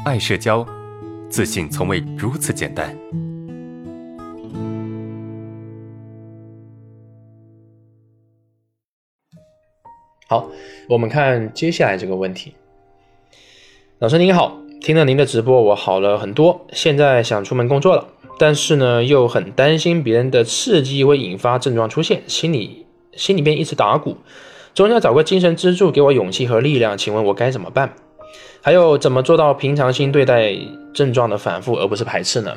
爱社交，自信从未如此简单。 好，我们看接下来这个问题。老师您好，听了您的直播我好了很多，现在想出门工作了，但是呢又很担心别人的刺激会引发症状出现，心里边一直打鼓，总想找个精神支柱给我勇气和力量，请问我该怎么办？还有怎么做到平常心对待症状的反复而不是排斥呢？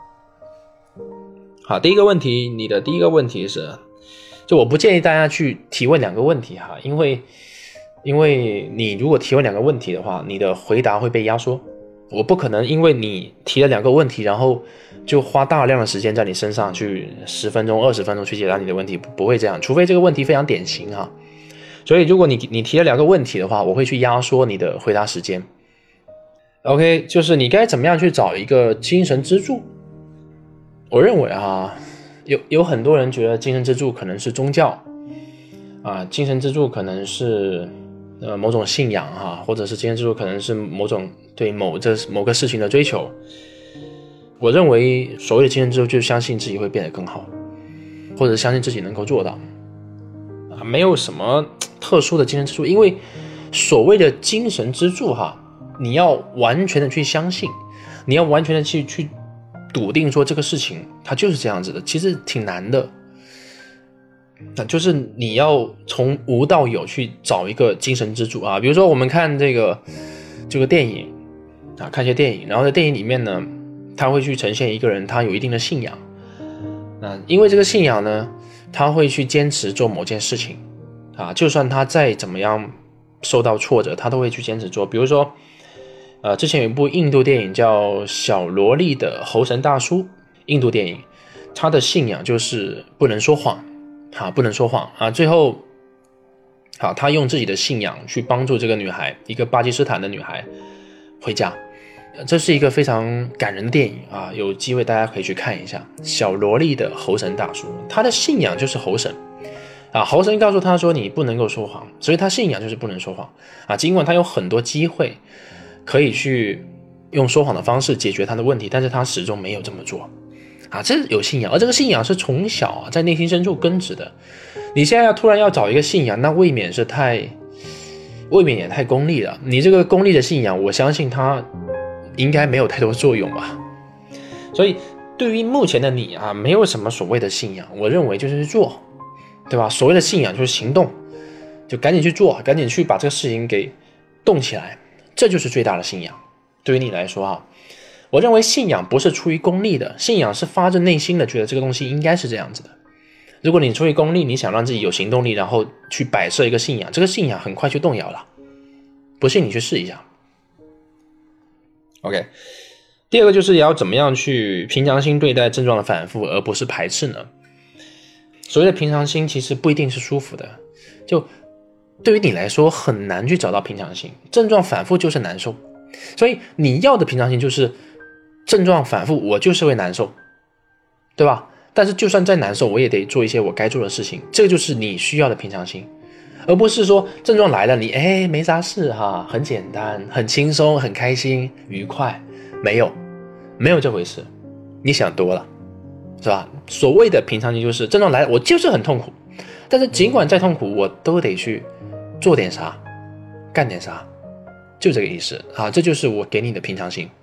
好，第一个问题，你的第一个问题是，就我不建议大家去提问两个问题哈，因为你如果提问两个问题的话，你的回答会被压缩。我不可能因为你提了两个问题，然后就花大量的时间在你身上去10分钟、20分钟去解答你的问题，不会这样，除非这个问题非常典型哈。所以如果你提了两个问题的话，我会去压缩你的回答时间。OK， 就是你该怎么样去找一个精神支柱？我认为有很多人觉得精神支柱可能是宗教精神支柱可能是某种信仰或者是精神支柱可能是某种对某个事情的追求。我认为所谓的精神支柱就是相信自己会变得更好，或者相信自己能够做到没有什么特殊的精神支柱。因为所谓的精神支柱你要完全的去相信，你要完全的去笃定说这个事情它就是这样子的，其实挺难的。就是你要从无到有去找一个精神支柱比如说我们看这个电影看一些电影，然后在电影里面呢，他会去呈现一个人他有一定的信仰因为这个信仰呢，他会去坚持做某件事情就算他再怎么样受到挫折，他都会去坚持做。比如说之前有一部印度电影叫小萝莉的猴神大叔，印度电影，他的信仰就是不能说谎不能说谎最后他用自己的信仰去帮助这个女孩，一个巴基斯坦的女孩回家。这是一个非常感人的电影有机会大家可以去看一下小萝莉的猴神大叔。他的信仰就是猴神猴神告诉他说你不能够说谎，所以他信仰就是不能说谎尽管他有很多机会可以去用说谎的方式解决他的问题，但是他始终没有这么做这有信仰，而这个信仰是从小在内心深处根植的。你现在突然要找一个信仰，那未免也太功利了。你这个功利的信仰，我相信它应该没有太多作用吧。所以对于目前的你没有什么所谓的信仰，我认为就是做，对吧？所谓的信仰就是行动，就赶紧去做，赶紧去把这个事情给动起来，这就是最大的信仰。对于你来说我认为信仰不是出于功利的，信仰是发自内心的觉得这个东西应该是这样子的。如果你出于功利，你想让自己有行动力，然后去摆设一个信仰，这个信仰很快就动摇了。不信你去试一下。 OK， 第二个就是要怎么样去平常心对待症状的反复而不是排斥呢？所谓的平常心其实不一定是舒服的，就对于你来说很难去找到平常心，症状反复就是难受，所以你要的平常心就是症状反复我就是会难受，对吧？但是就算再难受我也得做一些我该做的事情，这个就是你需要的平常心，而不是说症状来了你没啥事很简单很轻松很开心愉快，没有这回事，你想多了是吧？所谓的平常心就是症状来了我就是很痛苦，但是尽管再痛苦我都得去做点啥干点啥，就这个意思这就是我给你的平常心。